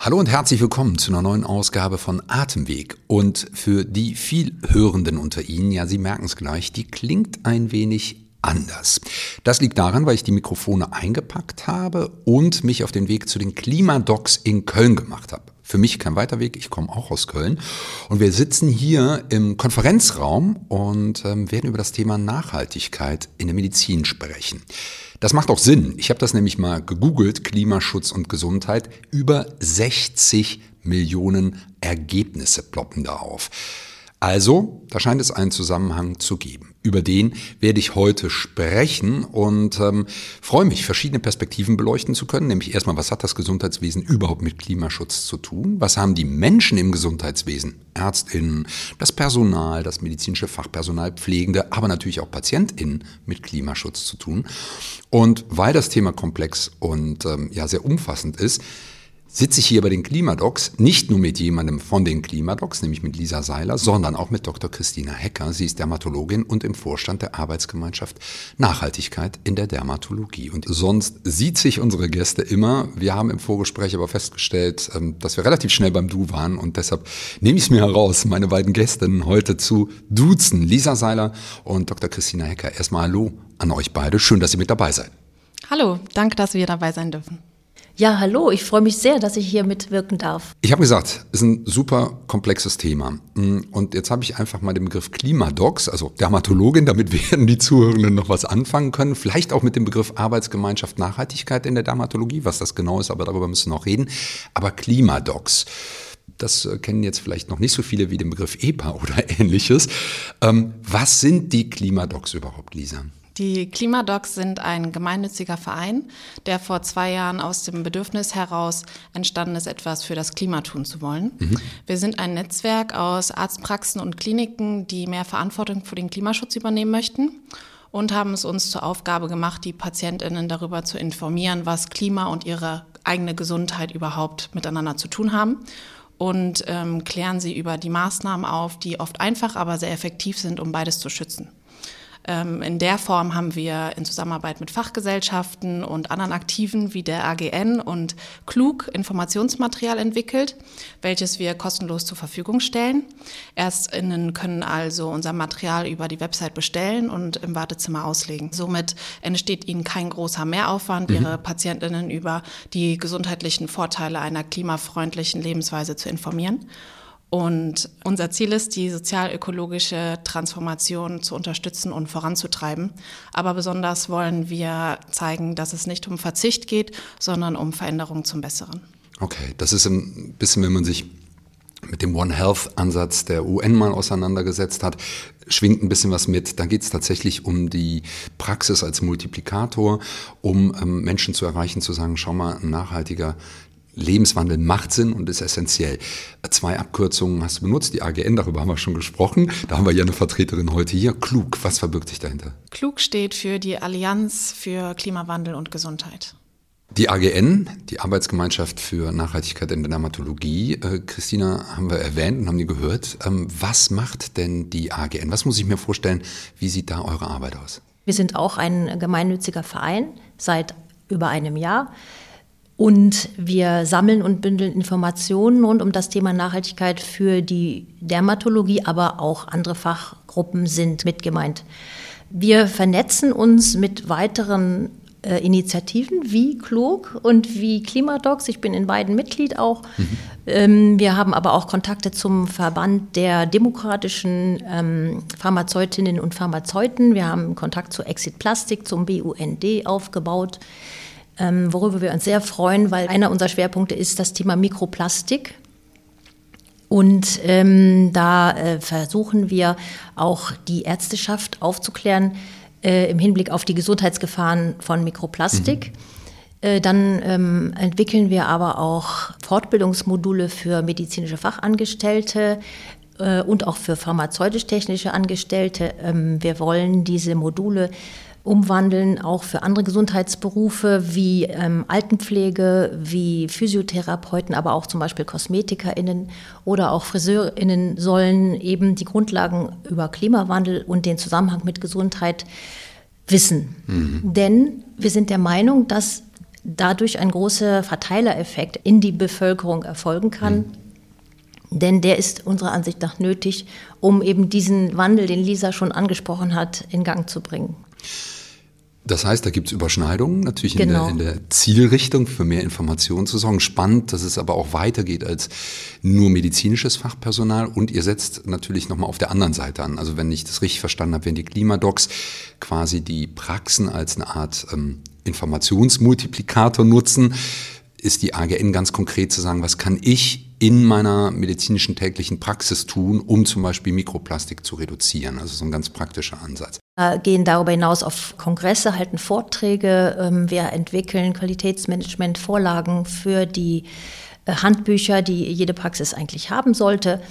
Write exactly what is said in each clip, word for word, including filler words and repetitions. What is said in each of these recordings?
Hallo und herzlich willkommen zu einer neuen Ausgabe von Atemweg. Und für die vielhörenden unter Ihnen, ja, Sie merken es gleich, die klingt ein wenig anders. Das liegt daran, weil ich die Mikrofone eingepackt habe und mich auf den Weg zu den Klimadocs in Köln gemacht habe. Für mich kein weiter Weg, ich komme auch aus Köln. Und wir sitzen hier im Konferenzraum und ähm, werden über das Thema Nachhaltigkeit in der Medizin sprechen. Das macht auch Sinn. Ich habe das nämlich mal gegoogelt, Klimaschutz und Gesundheit. Über sechzig Millionen Ergebnisse ploppen da auf. Also, da scheint es einen Zusammenhang zu geben. Über den werde ich heute sprechen und ähm, freue mich, verschiedene Perspektiven beleuchten zu können. Nämlich erstmal, was hat das Gesundheitswesen überhaupt mit Klimaschutz zu tun? Was haben die Menschen im Gesundheitswesen, ÄrztInnen, das Personal, das medizinische Fachpersonal, Pflegende, aber natürlich auch PatientInnen mit Klimaschutz zu tun? Und weil das Thema komplex und ähm, ja sehr umfassend ist, sitze ich hier bei den Klimadocs, nicht nur mit jemandem von den Klimadocs, nämlich mit Lisa Seiler, sondern auch mit Doktor Christina Hecker. Sie ist Dermatologin und im Vorstand der Arbeitsgemeinschaft Nachhaltigkeit in der Dermatologie. Und sonst sieht sich unsere Gäste immer. Wir haben im Vorgespräch aber festgestellt, dass wir relativ schnell beim Du waren und deshalb nehme ich es mir heraus, meine beiden Gästinnen heute zu duzen. Lisa Seiler und Doktor Christina Hecker. Erstmal Hallo an euch beide. Schön, dass ihr mit dabei seid. Hallo, danke, dass wir dabei sein dürfen. Ja, hallo, ich freue mich sehr, dass ich hier mitwirken darf. Ich habe gesagt, es ist ein super komplexes Thema. Und jetzt habe ich einfach mal den Begriff Klimadocs, also Dermatologin, damit werden die Zuhörenden noch was anfangen können. Vielleicht auch mit dem Begriff Arbeitsgemeinschaft Nachhaltigkeit in der Dermatologie, was das genau ist, aber darüber müssen wir noch reden. Aber Klimadocs, das kennen jetzt vielleicht noch nicht so viele wie den Begriff E P A oder ähnliches. Was sind die Klimadocs überhaupt, Lisa? Die Klimadocs sind ein gemeinnütziger Verein, der vor zwei Jahren aus dem Bedürfnis heraus entstanden ist, etwas für das Klima tun zu wollen. Mhm. Wir sind ein Netzwerk aus Arztpraxen und Kliniken, die mehr Verantwortung für den Klimaschutz übernehmen möchten und haben es uns zur Aufgabe gemacht, die PatientInnen darüber zu informieren, was Klima und ihre eigene Gesundheit überhaupt miteinander zu tun haben. Und ähm, klären sie über die Maßnahmen auf, die oft einfach, aber sehr effektiv sind, um beides zu schützen. In der Form haben wir in Zusammenarbeit mit Fachgesellschaften und anderen Aktiven wie der A G N und Klug Informationsmaterial entwickelt, welches wir kostenlos zur Verfügung stellen. ErstInnen können also unser Material über die Website bestellen und im Wartezimmer auslegen. Somit entsteht ihnen kein großer Mehraufwand, mhm. ihre PatientInnen über die gesundheitlichen Vorteile einer klimafreundlichen Lebensweise zu informieren. Und unser Ziel ist, die sozial-ökologische Transformation zu unterstützen und voranzutreiben. Aber besonders wollen wir zeigen, dass es nicht um Verzicht geht, sondern um Veränderung zum Besseren. Okay, das ist ein bisschen, wenn man sich mit dem One Health-Ansatz der U N mal auseinandergesetzt hat, schwingt ein bisschen was mit. Da geht es tatsächlich um die Praxis als Multiplikator, um ähm, Menschen zu erreichen, zu sagen, schau mal, ein nachhaltiger Lebenswandel macht Sinn und ist essentiell. Zwei Abkürzungen hast du benutzt, die A G N, darüber haben wir schon gesprochen. Da haben wir ja eine Vertreterin heute hier. Klug, was verbirgt sich dahinter? Klug steht für die Allianz für Klimawandel und Gesundheit. Die A G N, die Arbeitsgemeinschaft für Nachhaltigkeit in der Dermatologie, äh, Christina, haben wir erwähnt und haben die gehört. Ähm, was macht denn die A G N? Was muss ich mir vorstellen? Wie sieht da eure Arbeit aus? Wir sind auch ein gemeinnütziger Verein seit über einem Jahr. Und wir sammeln und bündeln Informationen rund um das Thema Nachhaltigkeit für die Dermatologie, aber auch andere Fachgruppen sind mit gemeint. Wir vernetzen uns mit weiteren äh, Initiativen wie Klug und wie Klimadocs. Ich bin in beiden Mitglied auch. Mhm. Ähm, wir haben aber auch Kontakte zum Verband der demokratischen ähm, Pharmazeutinnen und Pharmazeuten. Wir haben Kontakt zu Exit Plastik, zum B U N D aufgebaut. Ähm, worüber wir uns sehr freuen, weil einer unserer Schwerpunkte ist das Thema Mikroplastik. Und ähm, da äh, versuchen wir auch die Ärzteschaft aufzuklären äh, im Hinblick auf die Gesundheitsgefahren von Mikroplastik. Mhm. Äh, dann ähm, entwickeln wir aber auch Fortbildungsmodule für medizinische Fachangestellte äh, und auch für pharmazeutisch-technische Angestellte. Ähm, wir wollen diese Module umwandeln, auch für andere Gesundheitsberufe wie ähm, Altenpflege, wie Physiotherapeuten, aber auch zum Beispiel KosmetikerInnen oder auch FriseurInnen sollen eben die Grundlagen über Klimawandel und den Zusammenhang mit Gesundheit wissen. Mhm. Denn wir sind der Meinung, dass dadurch ein großer Verteilereffekt in die Bevölkerung erfolgen kann. Mhm. Denn der ist unserer Ansicht nach nötig, um eben diesen Wandel, den Lisa schon angesprochen hat, in Gang zu bringen. Das heißt, da gibt es Überschneidungen, natürlich genau. in, der, in der Zielrichtung für mehr Informationen zu sorgen. Spannend, dass es aber auch weitergeht als nur medizinisches Fachpersonal. Und ihr setzt natürlich nochmal auf der anderen Seite an. Also wenn ich das richtig verstanden habe, wenn die Klimadocs quasi die Praxen als eine Art ähm, Informationsmultiplikator nutzen, ist die A G N ganz konkret zu sagen, was kann ich in meiner medizinischen täglichen Praxis tun, um zum Beispiel Mikroplastik zu reduzieren. Also so ein ganz praktischer Ansatz. Wir gehen darüber hinaus auf Kongresse, halten Vorträge. Wir entwickeln Qualitätsmanagement-Vorlagen für die Handbücher, die jede Praxis eigentlich haben sollte.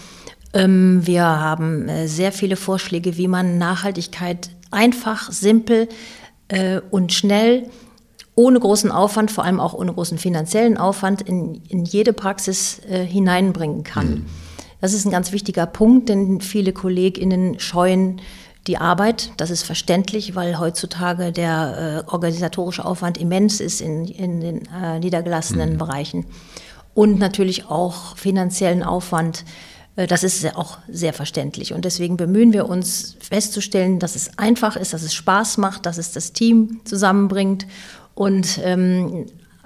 Wir haben sehr viele Vorschläge, wie man Nachhaltigkeit einfach, simpel und schnell ohne großen Aufwand, vor allem auch ohne großen finanziellen Aufwand, in, in jede Praxis äh, hineinbringen kann. Mhm. Das ist ein ganz wichtiger Punkt, denn viele KollegInnen scheuen die Arbeit. Das ist verständlich, weil heutzutage der äh, organisatorische Aufwand immens ist in, in den äh, niedergelassenen mhm. Bereichen. Und natürlich auch finanziellen Aufwand. Äh, das ist auch sehr verständlich. Und deswegen bemühen wir uns festzustellen, dass es einfach ist, dass es Spaß macht, dass es das Team zusammenbringt und ähm,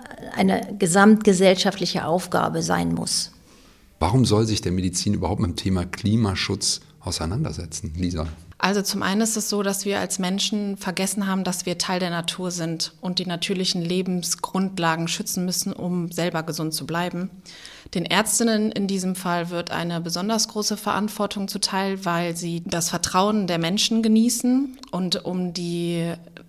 eine gesamtgesellschaftliche Aufgabe sein muss. Warum soll sich der Medizin überhaupt mit dem Thema Klimaschutz auseinandersetzen, Lisa? Also zum einen ist es so, dass wir als Menschen vergessen haben, dass wir Teil der Natur sind und die natürlichen Lebensgrundlagen schützen müssen, um selber gesund zu bleiben. Den Ärztinnen in diesem Fall wird eine besonders große Verantwortung zuteil, weil sie das Vertrauen der Menschen genießen und um die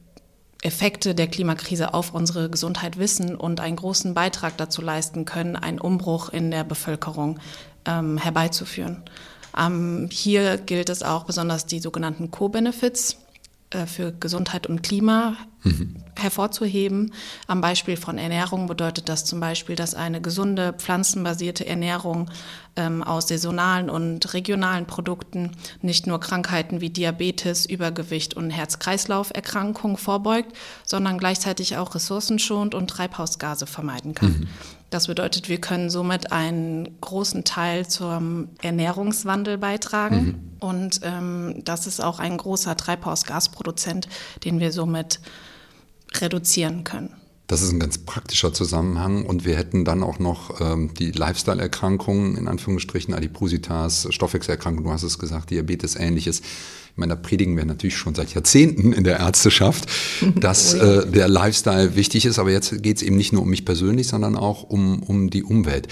Effekte der Klimakrise auf unsere Gesundheit wissen und einen großen Beitrag dazu leisten können, einen Umbruch in der Bevölkerung ähm, herbeizuführen. Ähm, hier gilt es auch besonders, die sogenannten Co-Benefits äh, für Gesundheit und Klima mhm. hervorzuheben. Am Beispiel von Ernährung bedeutet das zum Beispiel, dass eine gesunde pflanzenbasierte Ernährung ähm, aus saisonalen und regionalen Produkten nicht nur Krankheiten wie Diabetes, Übergewicht und Herz-Kreislauf-Erkrankungen vorbeugt, sondern gleichzeitig auch ressourcenschonend und Treibhausgase vermeiden kann. Mhm. Das bedeutet, wir können somit einen großen Teil zum Ernährungswandel beitragen. Mhm. Und ähm, das ist auch ein großer Treibhausgasproduzent, den wir somit reduzieren können. Das ist ein ganz praktischer Zusammenhang und wir hätten dann auch noch ähm, die Lifestyle-Erkrankungen, in Anführungsstrichen, Adipositas, Stoffwechselerkrankungen, du hast es gesagt, Diabetes, Ähnliches. Ich meine, da predigen wir natürlich schon seit Jahrzehnten in der Ärzteschaft, dass oh ja. äh, der Lifestyle wichtig ist, aber jetzt geht es eben nicht nur um mich persönlich, sondern auch um, um die Umwelt.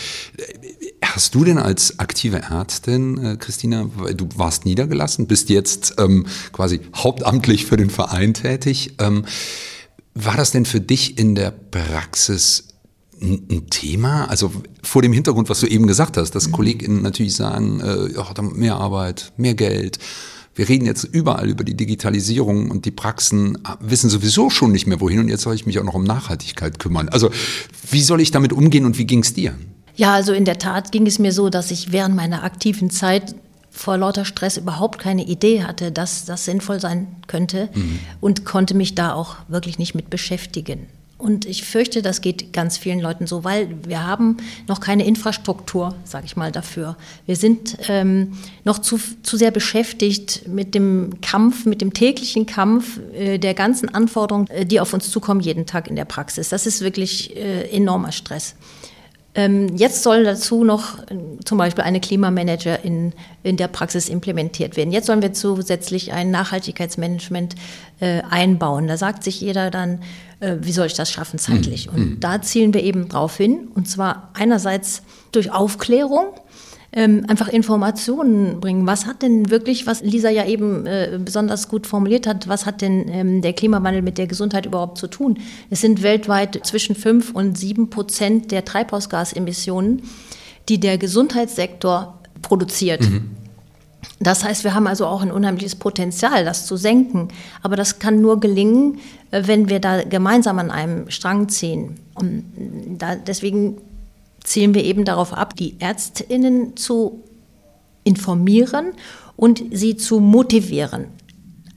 Hast du denn als aktive Ärztin, äh, Christina, du warst niedergelassen, bist jetzt ähm, quasi hauptamtlich für den Verein tätig, ähm, war das denn für dich in der Praxis ein, ein Thema? Also vor dem Hintergrund, was du eben gesagt hast, dass mhm. KollegInnen natürlich sagen, äh, ja, mehr Arbeit, mehr Geld. Wir reden jetzt überall über die Digitalisierung und die Praxen wissen sowieso schon nicht mehr wohin und jetzt soll ich mich auch noch um Nachhaltigkeit kümmern. Also wie soll ich damit umgehen und wie ging es dir? Ja, also in der Tat ging es mir so, dass ich während meiner aktiven Zeit vor lauter Stress überhaupt keine Idee hatte, dass das sinnvoll sein könnte mhm. und konnte mich da auch wirklich nicht mit beschäftigen. Und ich fürchte, das geht ganz vielen Leuten so, weil wir haben noch keine Infrastruktur, sage ich mal, dafür. Wir sind ähm, noch zu, zu sehr beschäftigt mit dem Kampf, mit dem täglichen Kampf äh, der ganzen Anforderungen, äh, die auf uns zukommen jeden Tag in der Praxis. Das ist wirklich äh, enormer Stress. Ähm, jetzt soll dazu noch äh, zum Beispiel eine Klimamanager in, in der Praxis implementiert werden. Jetzt sollen wir zusätzlich ein Nachhaltigkeitsmanagement äh, einbauen. Da sagt sich jeder dann, äh, wie soll ich das schaffen zeitlich? Mhm. Und da zielen wir eben drauf hin. Und zwar einerseits durch Aufklärung, ähm, einfach Informationen bringen. Was hat denn wirklich, was Lisa ja eben äh, besonders gut formuliert hat, was hat denn ähm, der Klimawandel mit der Gesundheit überhaupt zu tun? Es sind weltweit zwischen fünf und sieben Prozent der Treibhausgasemissionen, die der Gesundheitssektor produziert. Mhm. Das heißt, wir haben also auch ein unheimliches Potenzial, das zu senken. Aber das kann nur gelingen, wenn wir da gemeinsam an einem Strang ziehen. Und da, deswegen zielen wir eben darauf ab, die ÄrztInnen zu informieren und sie zu motivieren.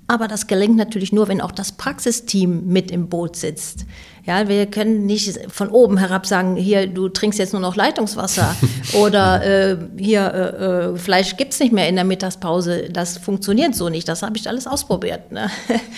Aber das gelingt natürlich nur, wenn auch das Praxisteam mit im Boot sitzt. Ja, wir können nicht von oben herab sagen, hier, du trinkst jetzt nur noch Leitungswasser oder äh, hier, äh, äh, Fleisch gibt's nicht mehr in der Mittagspause. Das funktioniert so nicht, das habe ich alles ausprobiert. Ne?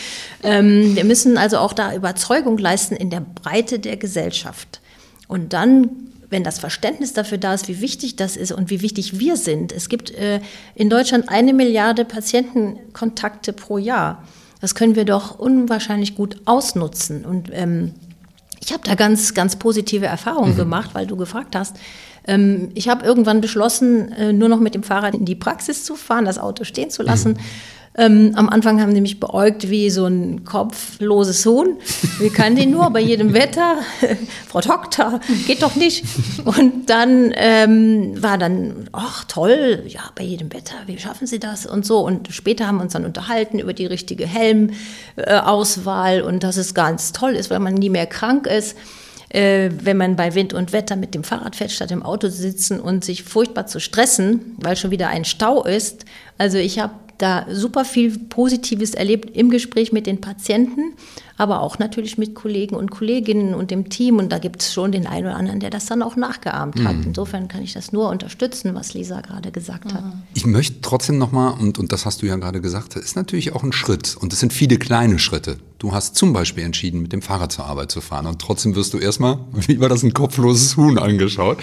ähm, wir müssen also auch da Überzeugung leisten in der Breite der Gesellschaft. Und dann, wenn das Verständnis dafür da ist, wie wichtig das ist und wie wichtig wir sind. Es gibt äh, in Deutschland eine Milliarde Patientenkontakte pro Jahr. Das können wir doch unwahrscheinlich gut ausnutzen. Und ähm, ich habe da ganz, ganz positive Erfahrungen mhm. gemacht, weil du gefragt hast. Ähm, ich habe irgendwann beschlossen, äh, nur noch mit dem Fahrrad in die Praxis zu fahren, das Auto stehen zu lassen. Mhm. Ähm, am Anfang haben die mich beäugt wie so ein kopfloses Huhn. Wie kann die nur bei jedem Wetter? Frau Doktor, geht doch nicht. Und dann ähm, war dann, ach toll, ja, bei jedem Wetter, wie schaffen Sie das? Und so. Und später haben wir uns dann unterhalten über die richtige Helmauswahl äh, und dass es ganz toll ist, weil man nie mehr krank ist. Äh, wenn man bei Wind und Wetter mit dem Fahrrad fährt, statt im Auto zu sitzen und sich furchtbar zu stressen, weil schon wieder ein Stau ist. Also ich habe da super viel Positives erlebt im Gespräch mit den Patienten, aber auch natürlich mit Kollegen und Kolleginnen und dem Team. Und da gibt es schon den einen oder anderen, der das dann auch nachgeahmt hat. Mhm. Insofern kann ich das nur unterstützen, was Lisa gerade gesagt mhm. hat. Ich möchte trotzdem nochmal, und, und das hast du ja gerade gesagt, das ist natürlich auch ein Schritt. Und es sind viele kleine Schritte. Du hast zum Beispiel entschieden, mit dem Fahrrad zur Arbeit zu fahren. Und trotzdem wirst du erstmal, wie war das, ein kopfloses Huhn angeschaut.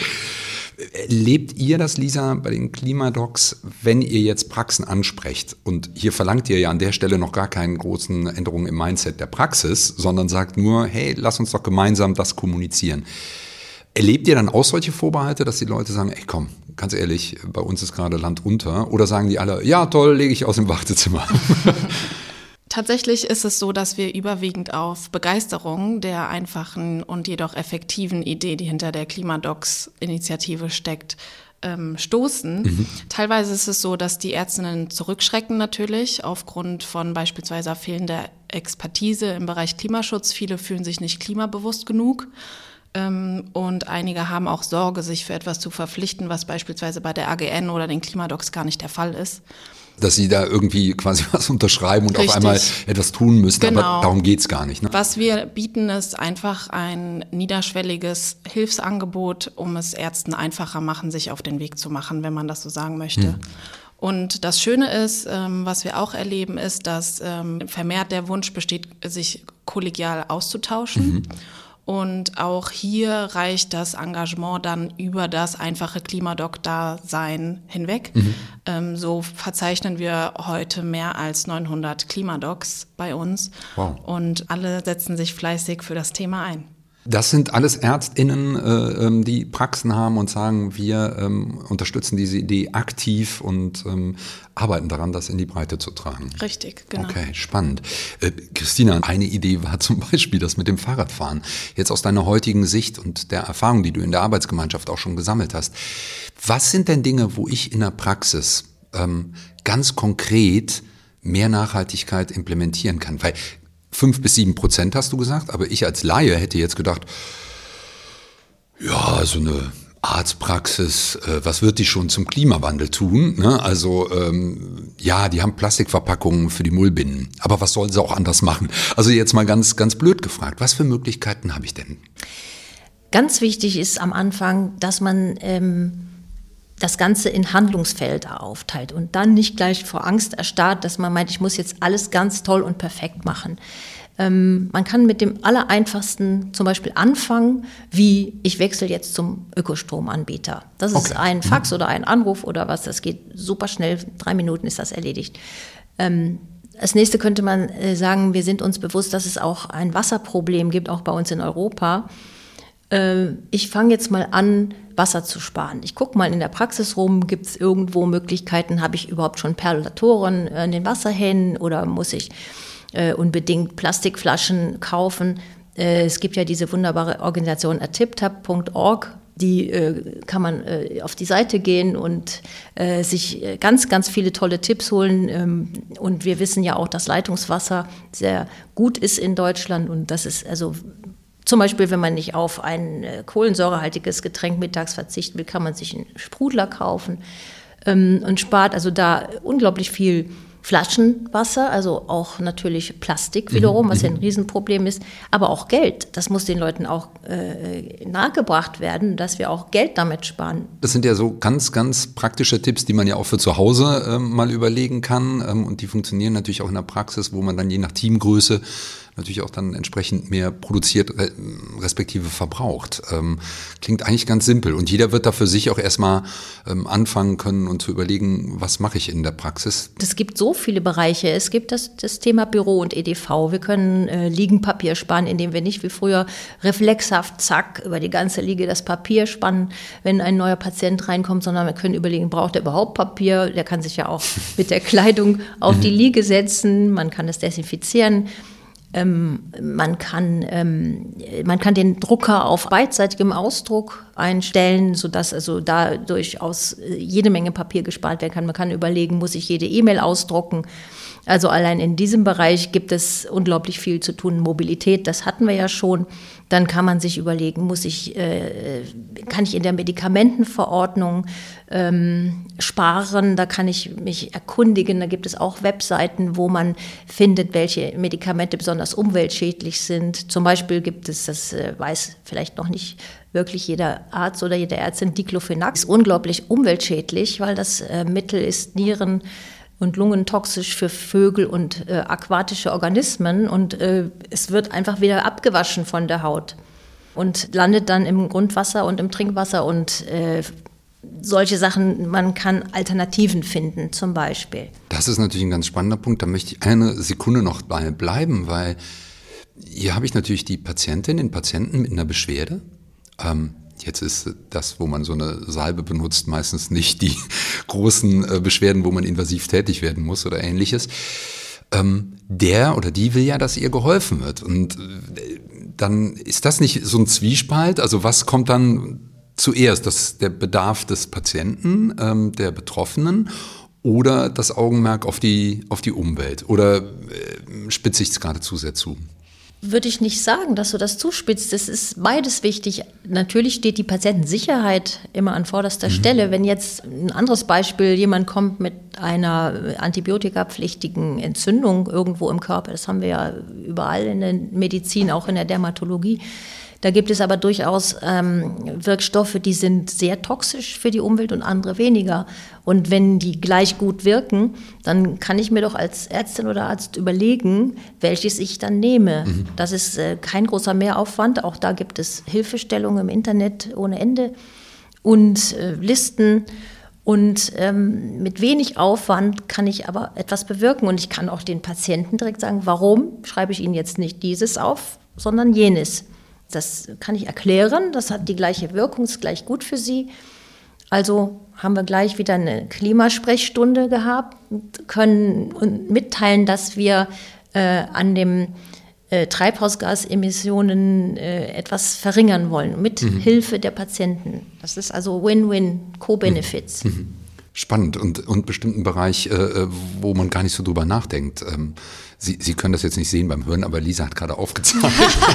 Lebt ihr das, Lisa, bei den Klimadocs, wenn ihr jetzt Praxen ansprecht? Und hier verlangt ihr ja an der Stelle noch gar keine großen Änderungen im Mindset der Praxis, sondern sagt nur, hey, lass uns doch gemeinsam das kommunizieren. Erlebt ihr dann auch solche Vorbehalte, dass die Leute sagen, ey komm, ganz ehrlich, bei uns ist gerade Land unter? Oder sagen die alle, ja toll, lege ich aus dem Wartezimmer? Tatsächlich ist es so, dass wir überwiegend auf Begeisterung der einfachen und jedoch effektiven Idee, die hinter der Klimadocs-Initiative steckt, ähm, stoßen. Mhm. Teilweise ist es so, dass die Ärztinnen zurückschrecken natürlich aufgrund von beispielsweise fehlender Expertise im Bereich Klimaschutz. Viele fühlen sich nicht klimabewusst genug. Ähm, und einige haben auch Sorge, sich für etwas zu verpflichten, was beispielsweise bei der A G N oder den Klimadocs gar nicht der Fall ist. Dass sie da irgendwie quasi was unterschreiben und Richtig. auf einmal etwas tun müssen, genau. aber darum geht's gar nicht. Ne? Was wir bieten, ist einfach ein niederschwelliges Hilfsangebot, um es Ärzten einfacher machen, sich auf den Weg zu machen, wenn man das so sagen möchte. Hm. Und das Schöne ist, ähm, was wir auch erleben, ist, dass ähm, vermehrt der Wunsch besteht, sich kollegial auszutauschen. Mhm. Und auch hier reicht das Engagement dann über das einfache Klimadoc-Dasein hinweg. Mhm. Ähm, so verzeichnen wir heute mehr als neunhundert Klimadocs bei uns. Wow. Und alle setzen sich fleißig für das Thema ein. Das sind alles ÄrztInnen, äh, die Praxen haben und sagen, wir ähm, unterstützen diese Idee aktiv und ähm, arbeiten daran, das in die Breite zu tragen. Richtig, genau. Okay, spannend. Äh, Christina, eine Idee war zum Beispiel das mit dem Fahrradfahren. Jetzt aus deiner heutigen Sicht und der Erfahrung, die du in der Arbeitsgemeinschaft auch schon gesammelt hast. Was sind denn Dinge, wo ich in der Praxis ähm, ganz konkret mehr Nachhaltigkeit implementieren kann? Weil Fünf bis sieben Prozent hast du gesagt, aber ich als Laie hätte jetzt gedacht, ja, so eine Arztpraxis, äh, was wird die schon zum Klimawandel tun? Ne? Also ähm, ja, die haben Plastikverpackungen für die Müllbinnen, aber was sollen sie auch anders machen? Also jetzt mal ganz, ganz blöd gefragt, was für Möglichkeiten habe ich denn? Ganz wichtig ist am Anfang, dass man ähm, das Ganze in Handlungsfelder aufteilt und dann nicht gleich vor Angst erstarrt, dass man meint, ich muss jetzt alles ganz toll und perfekt machen. Ähm, man kann mit dem Allereinfachsten zum Beispiel anfangen, wie ich wechsle jetzt zum Ökostromanbieter. Das ist okay. Ein Fax oder ein Anruf oder was, das geht super schnell, drei Minuten ist das erledigt. Ähm, als nächstes könnte man äh, sagen, wir sind uns bewusst, dass es auch ein Wasserproblem gibt, auch bei uns in Europa. Ich fange jetzt mal an, Wasser zu sparen. Ich gucke mal in der Praxis rum, gibt es irgendwo Möglichkeiten, habe ich überhaupt schon Perlatoren in den Wasserhähnen oder muss ich äh, unbedingt Plastikflaschen kaufen? Äh, es gibt ja diese wunderbare Organisation atiptap punkt org, die äh, kann man äh, auf die Seite gehen und äh, sich ganz, ganz viele tolle Tipps holen. Ähm, und wir wissen ja auch, dass Leitungswasser sehr gut ist in Deutschland und das ist also zum Beispiel, wenn man nicht auf ein äh, kohlensäurehaltiges Getränk mittags verzichten will, kann man sich einen Sprudler kaufen ähm, und spart also da unglaublich viel Flaschenwasser, also auch natürlich Plastik wiederum, was ja ein Riesenproblem ist, aber auch Geld. Das muss den Leuten auch äh, nahegebracht werden, dass wir auch Geld damit sparen. Das sind ja so ganz, ganz praktische Tipps, die man ja auch für zu Hause äh, mal überlegen kann, ähm, und die funktionieren natürlich auch in der Praxis, wo man dann je nach Teamgröße natürlich auch dann entsprechend mehr produziert, respektive verbraucht. Ähm, klingt eigentlich ganz simpel. Und jeder wird da für sich auch erstmal ähm, anfangen können und zu überlegen, was mache ich in der Praxis? Es gibt so viele Bereiche. Es gibt das, das Thema Büro und E D V. Wir können äh, Liegenpapier sparen, indem wir nicht wie früher reflexhaft, zack, über die ganze Liege das Papier spannen, wenn ein neuer Patient reinkommt, sondern wir können überlegen, braucht er überhaupt Papier? Der kann sich ja auch mit der Kleidung auf die Liege setzen. Man kann es desinfizieren. Ähm, man kann, ähm, man kann den Drucker auf beidseitigem Ausdruck einstellen, sodass also da durchaus jede Menge Papier gespart werden kann. Man kann überlegen, muss ich jede E-Mail ausdrucken? Also allein in diesem Bereich gibt es unglaublich viel zu tun. Mobilität, das hatten wir ja schon. Dann kann man sich überlegen, muss ich, äh, kann ich in der Medikamentenverordnung ähm, sparen? Da kann ich mich erkundigen. Da gibt es auch Webseiten, wo man findet, welche Medikamente besonders umweltschädlich sind. Zum Beispiel gibt es, das äh, weiß vielleicht noch nicht wirklich jeder Arzt oder jede Ärztin, Diclofenac. Ist unglaublich umweltschädlich, weil das äh, Mittel ist Nieren- und lungentoxisch für Vögel und äh, aquatische Organismen und äh, es wird einfach wieder abgewaschen von der Haut und landet dann im Grundwasser und im Trinkwasser und äh, solche Sachen, man kann Alternativen finden zum Beispiel. Das ist natürlich ein ganz spannender Punkt, da möchte ich eine Sekunde noch bei bleiben, weil hier habe ich natürlich die Patientin, den Patienten mit einer Beschwerde. Ähm, Jetzt ist das, wo man so eine Salbe benutzt, meistens nicht die großen äh, Beschwerden, wo man invasiv tätig werden muss oder ähnliches. Ähm, der oder die will ja, dass ihr geholfen wird. Und äh, dann ist das nicht so ein Zwiespalt? Also was kommt dann zuerst? Das, der Bedarf des Patienten, ähm, der Betroffenen oder das Augenmerk auf die, auf die Umwelt? Oder äh, spitze ich es gerade zu sehr zu? Würde ich nicht sagen, dass du das zuspitzt. Es ist beides wichtig. Natürlich steht die Patientensicherheit immer an vorderster mhm. Stelle. Wenn jetzt ein anderes Beispiel, jemand kommt mit einer antibiotikapflichtigen Entzündung irgendwo im Körper, das haben wir ja überall in der Medizin, auch in der Dermatologie. Da gibt es aber durchaus ähm, Wirkstoffe, die sind sehr toxisch für die Umwelt und andere weniger. Und wenn die gleich gut wirken, dann kann ich mir doch als Ärztin oder Arzt überlegen, welches ich dann nehme. Mhm. Das ist äh, kein großer Mehraufwand. Auch da gibt es Hilfestellungen im Internet ohne Ende und äh, Listen. Und ähm, mit wenig Aufwand kann ich aber etwas bewirken. Und ich kann auch den Patienten direkt sagen, warum schreibe ich Ihnen jetzt nicht dieses auf, sondern jenes. Das kann ich erklären, das hat die gleiche Wirkung, ist gleich gut für Sie. Also haben wir gleich wieder eine Klimasprechstunde gehabt, können mitteilen, dass wir äh, an den äh, Treibhausgasemissionen äh, etwas verringern wollen, mit mhm. Hilfe der Patienten. Das ist also Win-Win, Co-Benefits. Mhm. Spannend und, und bestimmt ein Bereich, äh, wo man gar nicht so drüber nachdenkt. Ähm, Sie, Sie können das jetzt nicht sehen beim Hören, aber Lisa hat gerade aufgezeigt.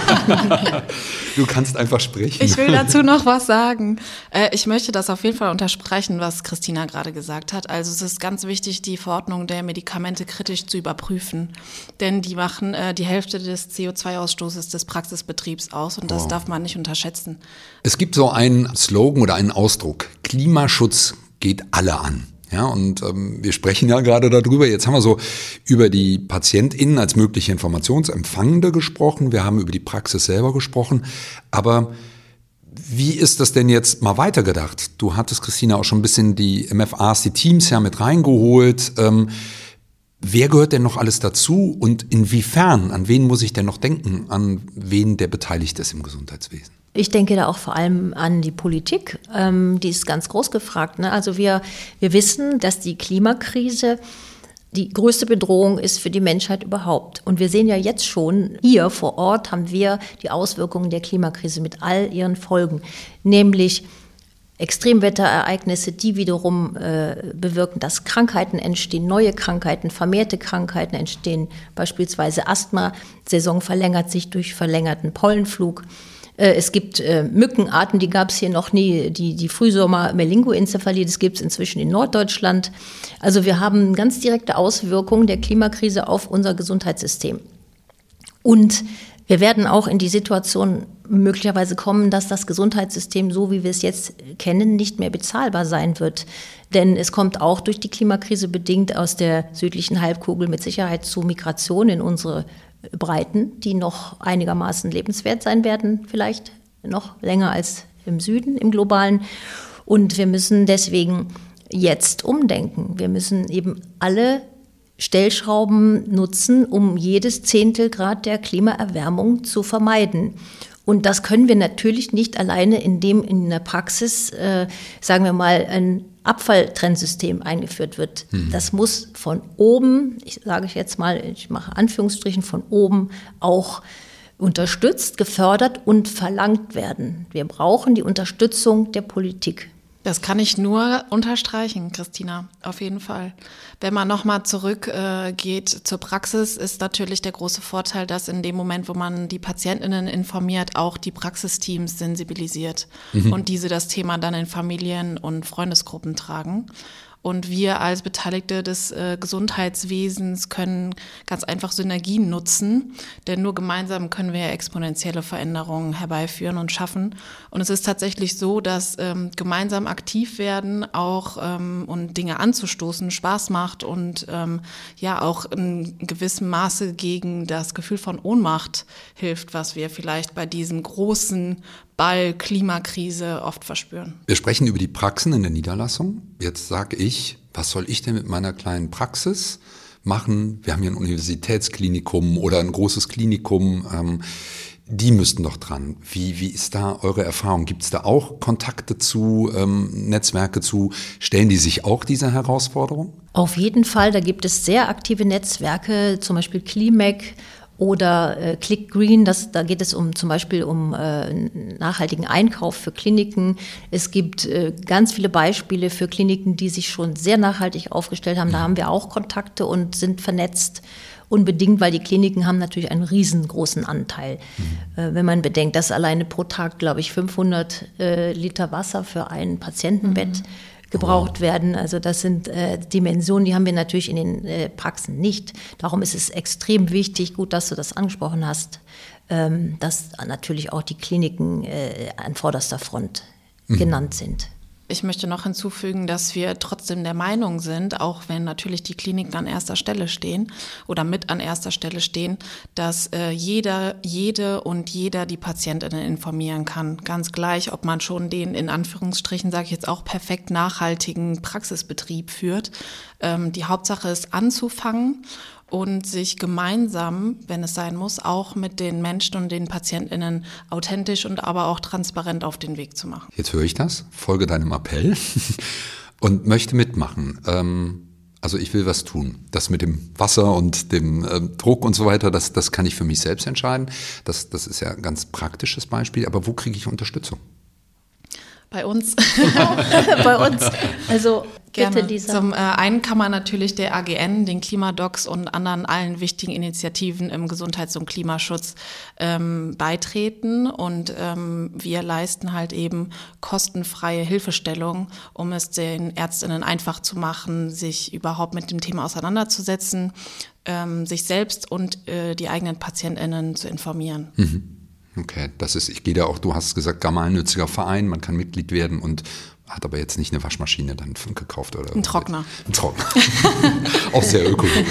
Du kannst einfach sprechen. Ich will dazu noch was sagen. Äh, ich möchte das auf jeden Fall unterstreichen, was Christina gerade gesagt hat. Also es ist ganz wichtig, die Verordnung der Medikamente kritisch zu überprüfen. Denn die machen äh, die Hälfte des C O zwei Ausstoßes des Praxisbetriebs aus und das oh. darf man nicht unterschätzen. Es gibt so einen Slogan oder einen Ausdruck. Klimaschutz geht alle an. Ja, und ähm, wir sprechen ja gerade darüber. Jetzt haben wir so über die PatientInnen als mögliche Informationsempfangende gesprochen. Wir haben über die Praxis selber gesprochen. Aber wie ist das denn jetzt mal weitergedacht? Du hattest, Christina, auch schon ein bisschen die M F As, die Teams ja mit reingeholt. Ähm, wer gehört denn noch alles dazu und inwiefern? An wen muss ich denn noch denken? An wen der beteiligt ist im Gesundheitswesen? Ich denke da auch vor allem an die Politik, ähm, die ist ganz groß gefragt. Ne? Also wir, wir wissen, dass die Klimakrise die größte Bedrohung ist für die Menschheit überhaupt. Und wir sehen ja jetzt schon, hier vor Ort haben wir die Auswirkungen der Klimakrise mit all ihren Folgen, nämlich Extremwetterereignisse, die wiederum äh, bewirken, dass Krankheiten entstehen, neue Krankheiten, vermehrte Krankheiten entstehen, beispielsweise Asthma, Saison verlängert sich durch verlängerten Pollenflug. Es gibt äh, Mückenarten, die gab es hier noch nie, die, die Frühsommer-Melingoencephalie, das gibt es inzwischen in Norddeutschland. Also wir haben ganz direkte Auswirkungen der Klimakrise auf unser Gesundheitssystem. Und wir werden auch in die Situation möglicherweise kommen, dass das Gesundheitssystem, so wie wir es jetzt kennen, nicht mehr bezahlbar sein wird. Denn es kommt auch durch die Klimakrise bedingt aus der südlichen Halbkugel mit Sicherheit zu Migration in unsere Breiten, die noch einigermaßen lebenswert sein werden, vielleicht noch länger als im Süden, im globalen. Und wir müssen deswegen jetzt umdenken. Wir müssen eben alle Stellschrauben nutzen, um jedes Zehntelgrad der Klimaerwärmung zu vermeiden. Und das können wir natürlich nicht alleine, indem in der Praxis, äh, sagen wir mal, ein Abfalltrennsystem eingeführt wird. Mhm. Das muss von oben, ich sage jetzt mal, ich mache Anführungsstrichen, von oben auch unterstützt, gefördert und verlangt werden. Wir brauchen die Unterstützung der Politik. Das kann ich nur unterstreichen, Christina, auf jeden Fall. Wenn man nochmal zurückgeht äh, zur Praxis, ist natürlich der große Vorteil, dass in dem Moment, wo man die PatientInnen informiert, auch die Praxisteams sensibilisiert mhm. und diese das Thema dann in Familien- und Freundesgruppen tragen. Und wir als Beteiligte des äh, Gesundheitswesens können ganz einfach Synergien nutzen, denn nur gemeinsam können wir exponentielle Veränderungen herbeiführen und schaffen. Und es ist tatsächlich so, dass ähm, gemeinsam aktiv werden auch ähm, und Dinge anzustoßen Spaß macht und ähm, ja auch in gewissem Maße gegen das Gefühl von Ohnmacht hilft, was wir vielleicht bei diesem großen Ball Klimakrise oft verspüren. Wir sprechen über die Praxen in der Niederlassung. Jetzt sage ich, was soll ich denn mit meiner kleinen Praxis machen? Wir haben hier ein Universitätsklinikum oder ein großes Klinikum. Ähm, die müssten doch dran. Wie, wie ist da eure Erfahrung? Gibt es da auch Kontakte zu, ähm, Netzwerke zu? Stellen die sich auch dieser Herausforderung? Auf jeden Fall. Da gibt es sehr aktive Netzwerke, zum Beispiel Climec oder äh, Click Green, das, da geht es um zum Beispiel um äh, nachhaltigen Einkauf für Kliniken. Es gibt äh, ganz viele Beispiele für Kliniken, die sich schon sehr nachhaltig aufgestellt haben. Da haben wir auch Kontakte und sind vernetzt. Unbedingt, weil die Kliniken haben natürlich einen riesengroßen Anteil. Mhm. Äh, wenn man bedenkt, dass alleine pro Tag, glaube ich, fünfhundert äh, Liter Wasser für ein Patientenbett mhm. gebraucht oh. werden. Also das sind äh, Dimensionen, die haben wir natürlich in den äh, Praxen nicht. Darum ist es extrem wichtig, gut, dass du das angesprochen hast, ähm, dass natürlich auch die Kliniken äh, an vorderster Front mhm. genannt sind. Ich möchte noch hinzufügen, dass wir trotzdem der Meinung sind, auch wenn natürlich die Kliniken an erster Stelle stehen oder mit an erster Stelle stehen, dass äh, jeder, jede und jeder die PatientInnen informieren kann. Ganz gleich, ob man schon den, in Anführungsstrichen, sage ich jetzt auch, perfekt nachhaltigen Praxisbetrieb führt. Ähm, die Hauptsache ist anzufangen und sich gemeinsam, wenn es sein muss, auch mit den Menschen und den PatientInnen authentisch und aber auch transparent auf den Weg zu machen. Jetzt höre ich das, folge deinem Appell und möchte mitmachen. Ähm, also ich will was tun. Das mit dem Wasser und dem äh, Druck und so weiter, das, das kann ich für mich selbst entscheiden. Das, das ist ja ein ganz praktisches Beispiel. Aber wo kriege ich Unterstützung? Bei uns. Bei uns. Also Gerne. Bitte, Lisa. Zum äh, einen kann man natürlich der A G N, den Klimadocs und anderen allen wichtigen Initiativen im Gesundheits- und Klimaschutz ähm, beitreten. Und ähm, wir leisten halt eben kostenfreie Hilfestellung, um es den ÄrztInnen einfach zu machen, sich überhaupt mit dem Thema auseinanderzusetzen, ähm, sich selbst und äh, die eigenen PatientInnen zu informieren. Mhm. Okay, das ist, ich gehe da auch, du hast gesagt, gemeinnütziger Verein, man kann Mitglied werden und hat aber jetzt nicht eine Waschmaschine dann gekauft oder ein Trockner. Ein Trockner. Auch sehr ökologisch.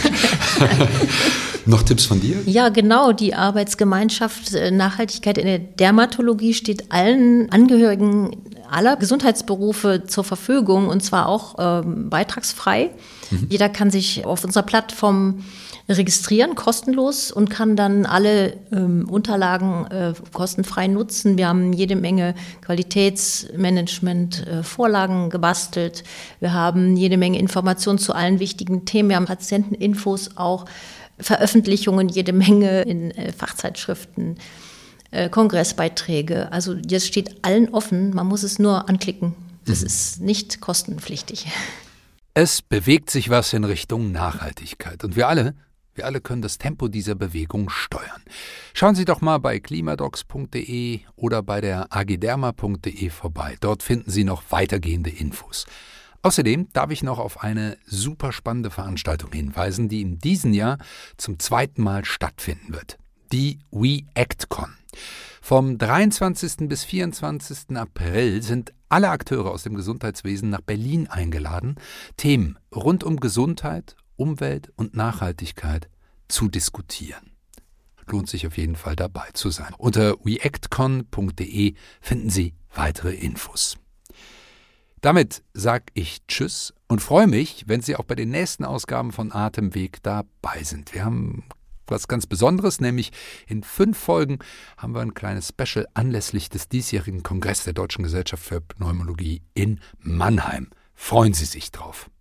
Noch Tipps von dir? Ja, genau. Die Arbeitsgemeinschaft Nachhaltigkeit in der Dermatologie steht allen Angehörigen aller Gesundheitsberufe zur Verfügung und zwar auch ähm, beitragsfrei. Mhm. Jeder kann sich auf unserer Plattform registrieren, kostenlos, und kann dann alle ähm, Unterlagen äh, kostenfrei nutzen. Wir haben jede Menge Qualitätsmanagement, äh, Vorlagen gebastelt. Wir haben jede Menge Informationen zu allen wichtigen Themen. Wir haben Patienteninfos, auch Veröffentlichungen, jede Menge in äh, Fachzeitschriften, äh, Kongressbeiträge. Also das steht allen offen, man muss es nur anklicken. Das mhm. ist nicht kostenpflichtig. Es bewegt sich was in Richtung Nachhaltigkeit und wir alle Wir alle können das Tempo dieser Bewegung steuern. Schauen Sie doch mal bei klimadocs punkt de oder bei der agderma punkt de vorbei. Dort finden Sie noch weitergehende Infos. Außerdem darf ich noch auf eine super spannende Veranstaltung hinweisen, die in diesem Jahr zum zweiten Mal stattfinden wird. Die WeActCon. Vom dreiundzwanzigsten bis vierundzwanzigsten April sind alle Akteure aus dem Gesundheitswesen nach Berlin eingeladen, Themen rund um Gesundheit, Umwelt und Nachhaltigkeit zu diskutieren. Lohnt sich auf jeden Fall dabei zu sein. Unter we act con punkt de finden Sie weitere Infos. Damit sage ich Tschüss und freue mich, wenn Sie auch bei den nächsten Ausgaben von Atemweg dabei sind. Wir haben was ganz Besonderes, nämlich in fünf Folgen haben wir ein kleines Special anlässlich des diesjährigen Kongresses der Deutschen Gesellschaft für Pneumologie in Mannheim. Freuen Sie sich drauf.